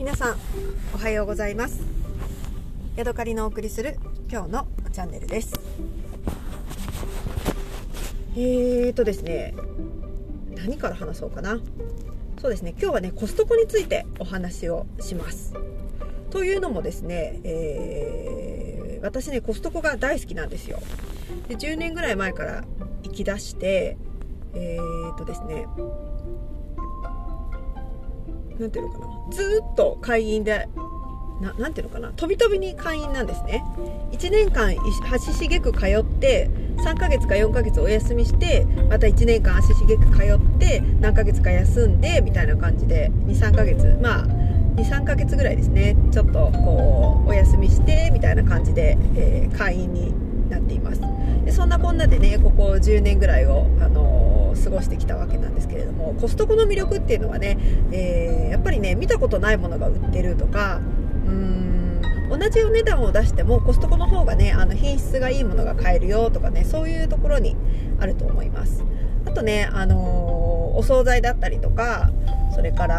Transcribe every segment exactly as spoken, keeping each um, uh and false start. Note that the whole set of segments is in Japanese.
皆さんおはようございます。ヤドカリのお送りする今日のチャンネルです。えーとですね何から話そうかな。そうですね今日はねコストコについてお話をします。というのもですね、えー、私ねコストコが大好きなんですよ。でじゅうねんぐらい前から行き出してえーとですねなんていうのかな、ずっと会員で な, なんていうのかな飛び飛びに会員なんですね。いちねんかん足しげく通ってさんかげつかよんかげつお休みしてまたいちねんかん足しげく通って何ヶ月か休んでみたいな感じでにさんかげつまあにさんかげつぐらいですねちょっとこうお休みしてみたいな感じで、えー、会員になっています。でそんなこんなでねここじゅうねんぐらいを、あのー、過ごしてきたわけなんですけれども、コストコの魅力っていうのはね、えー、やっぱりね見たことないものが売ってるとか、うーん同じお値段を出してもコストコの方がねあの品質がいいものが買えるよとかね、そういうところにあると思います。あとね、あのー、お惣菜だったりとか、それから、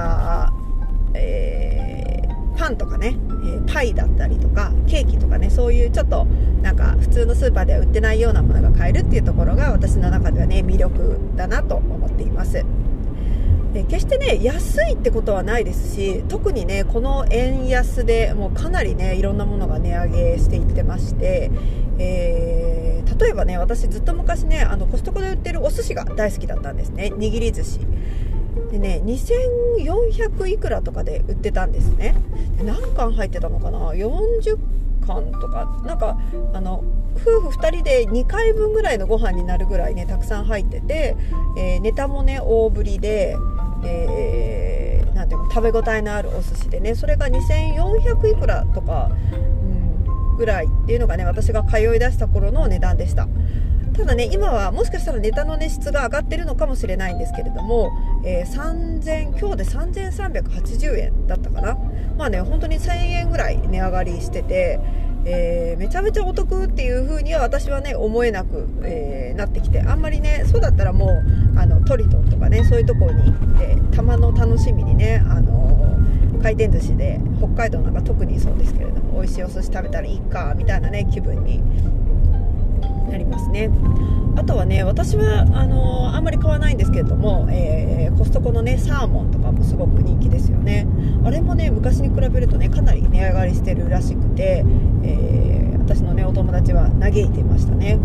えー、パンとかね、パイだったりとかケーキとかね、そういうちょっとなんか普通のスーパーでは売ってないようなものが買えるっていうところが私の中ではね魅力だなと思っています。で決してね安いってことはないですし、特にねこの円安でもうかなりねいろんなものが値上げしていってまして、えー、例えばね私ずっと昔ねあのコストコで売ってるお寿司が大好きだったんですね。握り寿司でねにせんよんひゃくいくらとかで売ってたんですね。で何貫入ってたのかな、よんじゅっかんとか、なんかあの夫婦ふたりでにかいぶんぐらいのご飯になるぐらいねたくさん入ってて、えー、ネタもね大ぶりで、えー、なんていうの食べ応えのあるお寿司でね、それがにせんよんひゃくいくらとか、うん、ぐらいっていうのがね私が通い出した頃の値段でした。ただね今はもしかしたらネタの、ね、質が上がってるのかもしれないんですけれども、えー、さんぜん今日でさんぜんさんびゃくはちじゅうえんだったかな。まあね本当にせんえんぐらい値上がりしてて、えー、めちゃめちゃお得っていう風には私はね思えなく、えー、なってきて、あんまりねそうだったらもうあのトリトンとかねそういうところに行ってたまの楽しみにね、あのー、回転寿司で北海道なんか特にそうですけれども美味しいお寿司食べたらいいかみたいなね気分になりますね。あとはね私はあのー、あんまり買わないんですけれども、えー、コストコのねサーモンとかもすごく人気ですよね。あれもね昔に比べるとねかなり値上がりしてるらしくて、えー、私のねお友達は嘆いていましたね。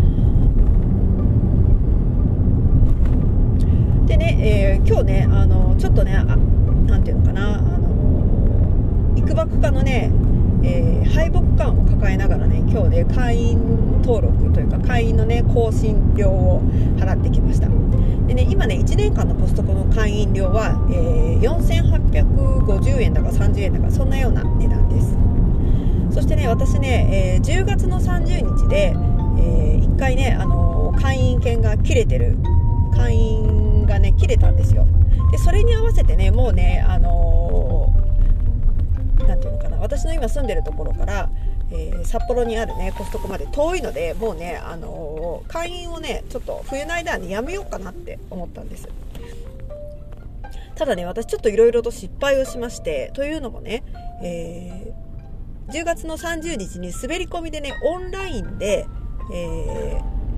でね、えー、今日ねあのちょっとねあなんていうのかな、あの幾ばくかのねえー、敗北感を抱えながらね今日ね会員登録というか会員のね更新料を払ってきました。でね今ねいちねんかんのコストコの会員料は、えー、よんせんはっぴゃくごじゅうえんだかさんじゅうえんだかそんなような値段です。そしてね私ね、えー、じゅうがつのさんじゅうにちで、えー、いっかいね、あのー、会員券が切れてる会員がね切れたんですよ。でそれに合わせてねもうねあのーなんていうのかな、私の今住んでるところから、えー、札幌にあるねコストコまで遠いのでもうね、あのー、会員をねちょっと冬の間にやめようかなって思ったんです。ただね私ちょっといろいろと失敗をしまして、というのもね、えー、じゅうがつのさんじゅうにちに滑り込みでねオンラインで、え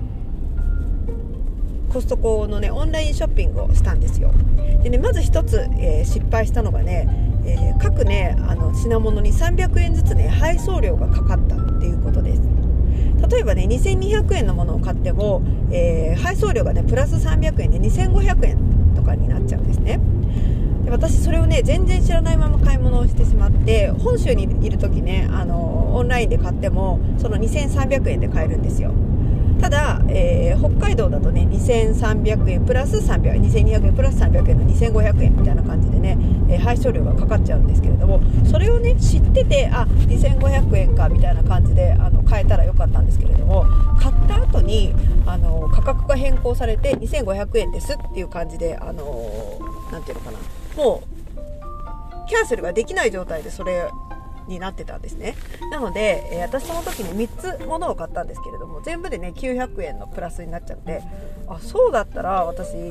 ー、コストコのねオンラインショッピングをしたんですよ。でねまず一つ、えー、失敗したのがねえー、各ねあの品物にさんびゃくえんずつね配送料がかかったっていうことです。例えばねにせんにひゃくえんのものを買っても、えー、配送料がねプラスさんびゃくえんでにせんごひゃくえんとかになっちゃうんですね。で私それをね全然知らないまま買い物をしてしまって、本州にいる時ねあのオンラインで買ってもそのにせんさんびゃくえんで買えるんですよ。ただ、えー、北海道だとねにせんさんびゃくえんプラスさんびゃくえんにせんにひゃくえんプラスさんびゃくえんのにせんごひゃくえんみたいな感じでね、えー、配送料がかかっちゃうんですけれども、それをね知っててあにせんごひゃくえんかみたいな感じであの買えたらよかったんですけれども、買った後にあの価格が変更されてにせんごひゃくえんですっていう感じで、あのなんていうのかな、もうキャンセルができない状態でそれになってたんですね。なので、えー、私その時にみっつ物を買ったんですけれども全部でねきゅうひゃくえんのプラスになっちゃって、あそうだったら私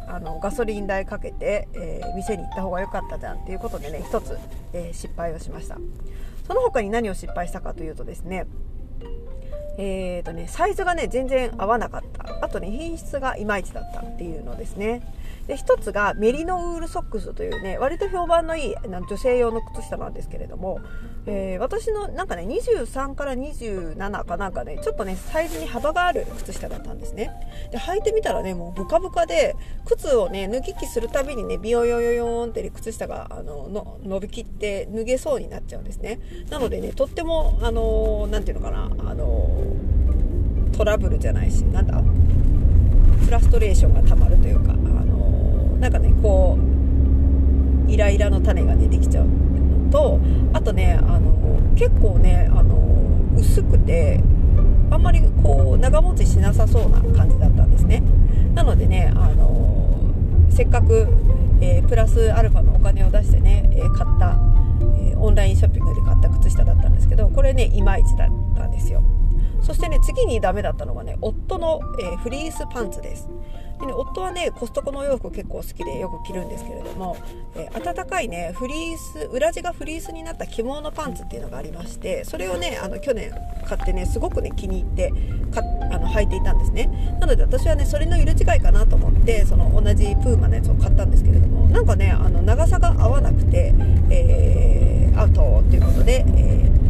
あのガソリン代かけて、えー、店に行った方が良かったじゃんっていうことでね一つ、えー、失敗をしました。その他に何を失敗したかというとですねえーとねサイズがね全然合わなかった。あとね品質がいまいちだったっていうのですね。で一つがメリノウールソックスというね割と評判のいい女性用の靴下なんですけれども、えー、私のなんかねにじゅうさんからにじゅうななかなんかねちょっとねサイズに幅がある靴下だったんですね。で履いてみたらねもうブカブカで靴をね脱ぎ着するたびにねビヨヨヨヨーンって靴下があのの伸びきって脱げそうになっちゃうんですね。なのでねとってもあのなんていうのかなあのトラブルじゃないしなんだフラストレーションがたまるというかあのなんかねこうイライラの種がねできちゃうのとあとねあの結構ねあの薄くてあんまりこう長持ちしなさそうな感じだったんですね。なのでねあのせっかく、えー、プラスアルファのお金を出してね、えー、買った、えー、オンラインショッピングで買った靴下だったんですけどこれねいまいちだったんですよ。そしてね次にダメだったのがね夫の、えー、フリースパンツです。でね、夫はねコストコのお洋服結構好きでよく着るんですけれども、えー、暖かいねフリース裏地がフリースになった起毛のパンツっていうのがありましてそれをねあの去年買ってねすごくね気に入ってかあの履いていたんですね。なので私はねそれの色違いかなと思ってその同じプーマのやつを買ったんですけれどもなんかねあの長さが合わなくて、えー、アウトということで、えー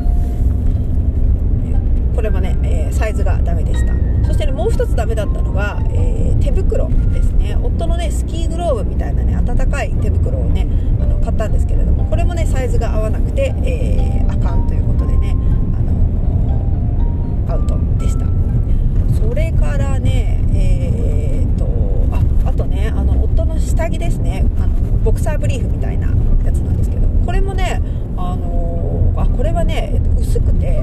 これもね、えー、サイズがダメでした。そしてねもう一つダメだったのが、えー、手袋ですね。夫のねスキーグローブみたいなね暖かい手袋をねあの買ったんですけれどもこれもねサイズが合わなくて、えー、あかんということでね、あのー、アウトでした。それからねえー、っと あ, あとねあの夫の下着ですねあのボクサーブリーフみたいなやつなんですけどこれもね、あのー、あこれはね薄くて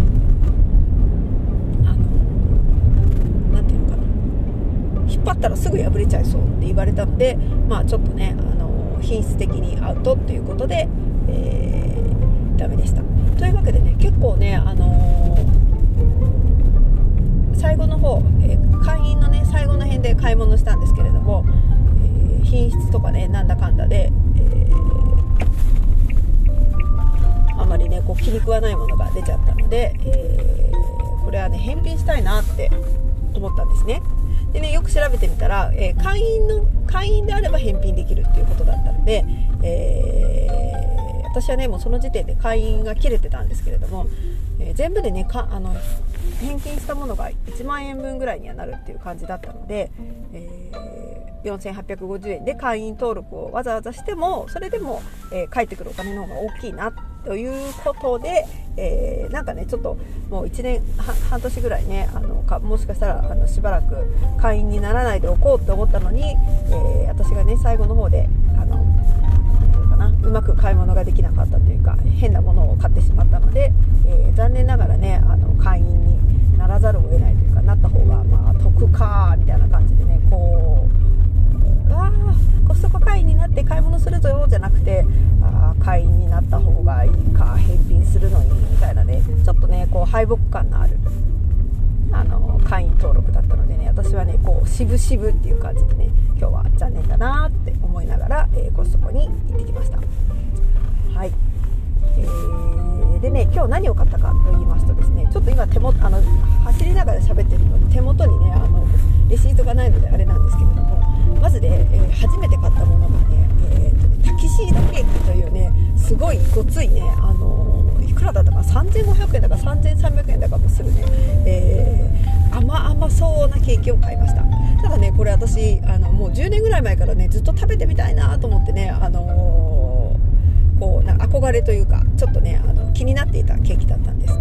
引っ張ったらすぐ破れちゃいそうって言われたのでまあちょっとね、あのー、品質的にアウトということで、えー、ダメでした。というわけでね結構ね、あのー、最後の方、えー、会員のね最後の辺で買い物したんですけれども、えー、品質とかねなんだかんだで、えー、あまりねこう気に食わないものが出ちゃったので、えー、これはね返品したいなって思ったんですね。でねよく調べてみたら、えー、会員の会員であれば返品できるっていうことだったので、えー、私はねもうその時点で会員が切れてたんですけれども、えー、全部でねかあの返金したものがいちまんえんぶんぐらいにはなるっていう感じだったので、えー、よんせんはっぴゃくごじゅうえんで会員登録をわざわざしてもそれでも、えー、返ってくるお金の方が大きいなということで、えー、なんかねちょっともういちねんは半年ぐらいねあのかもしかしたらあのしばらく会員にならないでおこうと思ったのに、えー、私がね最後の方であのなんていうかなうまく買い物ができなかったというか変なものを買ってしまったので、えー、残念ながらねあの会員にならざるを得ないというかなった方がまあ得かみたいな感じでねこうわーコストコ会員になって買い物するぞよじゃなくてあ会員になった方がいいか返品するのにみたいなねちょっとねこう敗北感のあるあの会員登録だったのでね私はねこう渋々っていう感じでね今日は残念だなって思いながら、えー、コストコに行ってきました。はい、えー、でね今日何を買ったかと言いますとですねちょっと今手元あの走りながら喋ってるので手元にねあのレシートがないのであれなんですけれどもまずね、えー、初めて買ったものがね、えー、タキシードケーキというねすごいごついねあのいくらだったかなさんぜんごひゃくえんだかさんぜんさんびゃくえんだかもするね、えー、甘々そうなケーキを買いました。ただねこれ私あのもうじゅうねんぐらい前からねずっと食べてみたいなと思ってねあのー、こうな憧れというかちょっとねあの気になっていたケーキだったんです。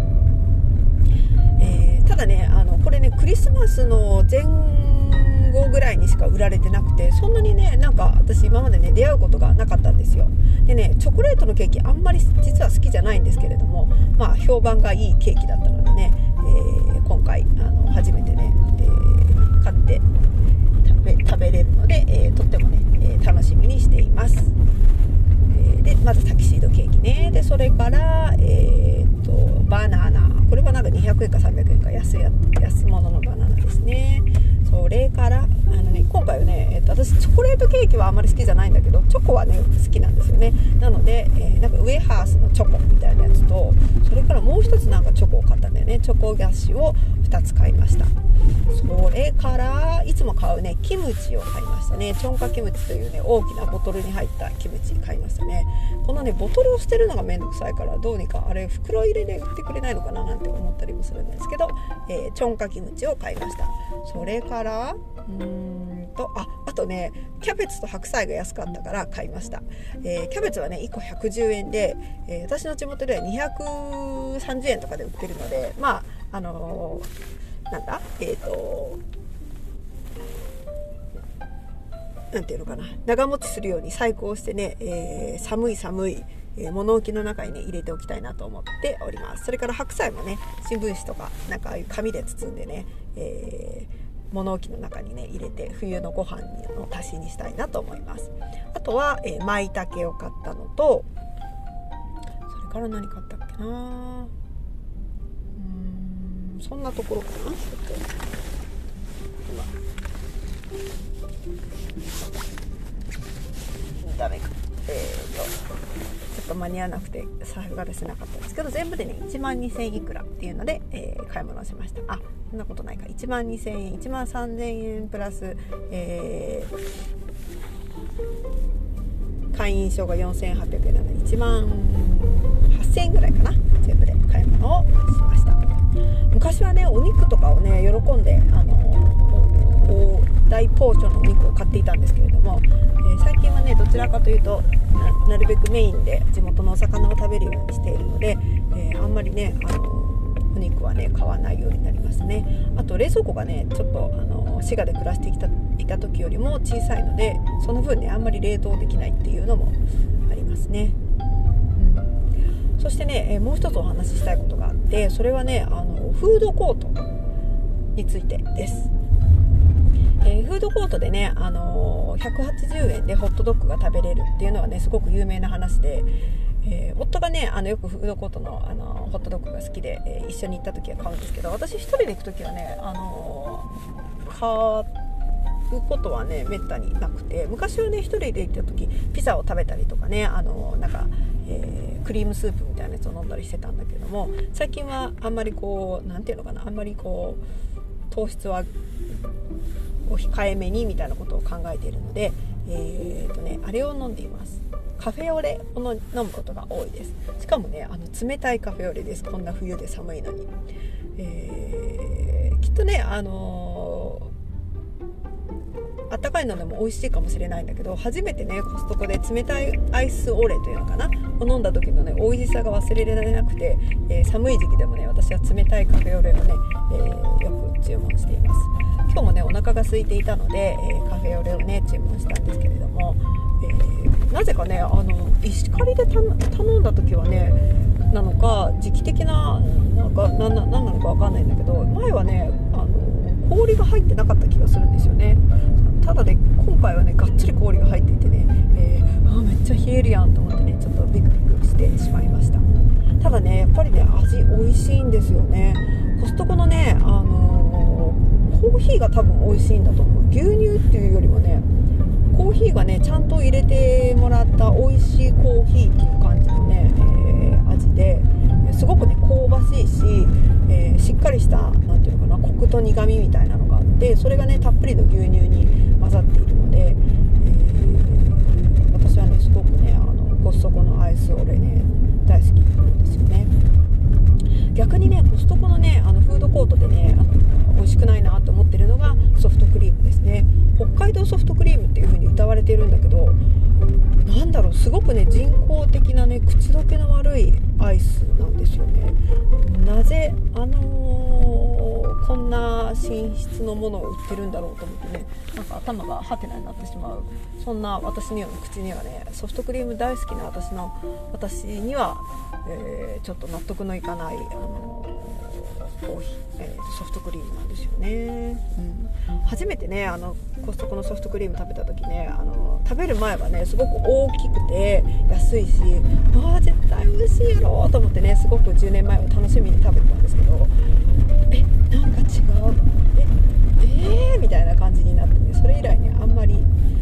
えー、ただねあのこれねクリスマスの前後ぐらいにしか売られてなくてそんなにねなんか私今までね出会うことがなかったんですよ。でねチョコレートのケーキあんまり実は好きじゃないんですけれどもまあ評判がいいケーキだったのでね、えー、今回あの初めてね、えー、買って食べ、食べれるので、えー、とってもね、えー、楽しみにしています。えー、でまずタキシードケーキねでそれから、えー、とバナナこれはなんかにひゃくえんかさんびゃくえんか安い安物のバナナですね。それからあの、ね、今回はね、えー、と私チョコレートケーキはあんまり好きじゃないんだけどチョコはね好きなんですよね。なので、えー、なんかウエハースのチョコみたいなやつと、それからもう一つなんかチョコを買ったんだよね。チョコ菓子をふたつ買いました。それからいつも買うねキムチを買いましたね。チョンカキムチというね大きなボトルに入ったキムチ買いましたね。このねボトルを捨てるのがめんどくさいから、どうにかあれ袋入れで売ってくれないのかななんて思ったりもするんですけど、えー、チョンカキムチを買いました。それからうーんとああとねキャベツと白菜が安かったから買いました。えー、キャベツはねいっこひゃくじゅうえんで、えー、私の地元ではにひゃくさんじゅうえんとかで売ってるので、まああのー、なんだえっとなんていうのかな、長持ちするように細工をしてね、えー、寒い寒い、えー、物置の中にね入れておきたいなと思っております。それから白菜もね新聞紙とかなんかああいう紙で包んでね、えー、物置の中にね入れて冬のご飯の足しにしたいなと思います。あとは、えー、舞茸を買ったのと、それから何買ったっけな、うーんそんなところかな。ちょっと今ダメか、えーとちょっと間に合わなくて財布が出せなかったんですけど、全部でねいちまんにせんいくらっていうので、えー、買い物をしました。あ、そんなことないか、いちまんにせんえん、いちまんさんぜんえんプラス、えー、会員証がよんせんはっぴゃくえんなのでいちまんはっせんえんぐらいかな、全部で買い物をしました。昔はねお肉とかをね喜んで、あのー、大ポーションのお肉を買っていたんですけれども、えー、最近はねどちらかというと な, なるべくメインで地元のお魚を食べるようにしているので、えー、あんまりね、あのー、お肉はね買わないようになりましたね。あと冷蔵庫がねちょっと、あのー、滋賀で暮らしてきたいた時よりも小さいので、その分ねあんまり冷凍できないっていうのもありますね。うん、そしてね、えー、もう一つお話ししたいことがあって、それはね、あのフードコートについてです。えー、フードコートでね、あのー、ひゃくはちじゅうえんでホットドッグが食べれるっていうのはねすごく有名な話で、えー、夫がねあのよくフードコートの、あのー、ホットドッグが好きで、えー、一緒に行った時は買うんですけど、私一人で行く時はね、あのー、買うことはねめったになくて、昔はね一人で行った時ピザを食べたりとかね、あのー、なんか、えー、クリームスープみたいなやつを飲んだりしてたんだけども、最近はあんまりこうなんていうのかな、あんまりこう糖質はを控えめにみたいなことを考えているので、えーとね、あれを飲んでいます。カフェオレを飲むことが多いです。しかもねあの冷たいカフェオレです。こんな冬で寒いのに、えー、きっとねあのー、あったかいのでも美味しいかもしれないんだけど、初めてねコストコで冷たいアイスオレというのかなを飲んだ時のね美味しさが忘れられなくて、えー、寒い時期でもね私は冷たいカフェオレをね、えー、よく注文しています。今日もねお腹が空いていたので、えー、カフェオレをね注文したんですけれども、えー、なぜかねあの石狩で頼んだ時はねなのか時期的ななんか何ななのか分かんないんだけど、前はねあの氷が入ってなかった気がするんですよね。ただね今回はねがっつり氷が入っていてね、えー、あめっちゃ冷えるやんと思ってねちょっとビクビクしてしまいました。ただねやっぱりね味美味しいんですよね。コストコのねあのコーヒーが多分美味しいんだと思う。牛乳っていうよりもねコーヒーがねちゃんと入れてもらった美味しいコーヒーっていう感じのね、えー、味ですごくね香ばしいし、えー、しっかりしたなんていうのかなコクと苦味みたいなのがあって、それがねたっぷりの牛乳に混ざっているので、えー、私はねすごくねあのコストコのアイスオレね大好きなんですよね。逆にねコストコのねあのフードコートでねあの美味しくないなと思ってるのがソフトクリームですね。北海道ソフトクリームっていう風に歌われてるんだけど、なんだろうすごくね人工的なね口どけの悪いアイスなんですよね。なぜあのー、こんな品質のものを売ってるんだろうと思ってね、なんか頭がハテナになってしまう。そんな私には口にはねソフトクリーム大好きな私の私には、えー、ちょっと納得のいかない、あのー、コーヒー、えー、ソフトクリームなんですよね。うん、初めてねあのコストコのソフトクリーム食べた時ね、あの食べる前はねすごく大きくて安いし、ああ絶対美味しいやろと思ってねすごくじゅうねんまえを楽しみに食べてたんですけど、えなんか違うええー、みたいな感じになってね、それ以来ねあんまり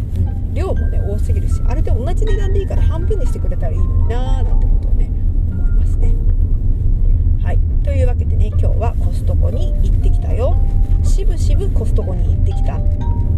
半分にしてくれたらいいのになーなんてことをね思いますね。はい、というわけでね、今日はコストコに行ってきたよ。しぶしぶコストコに行ってきた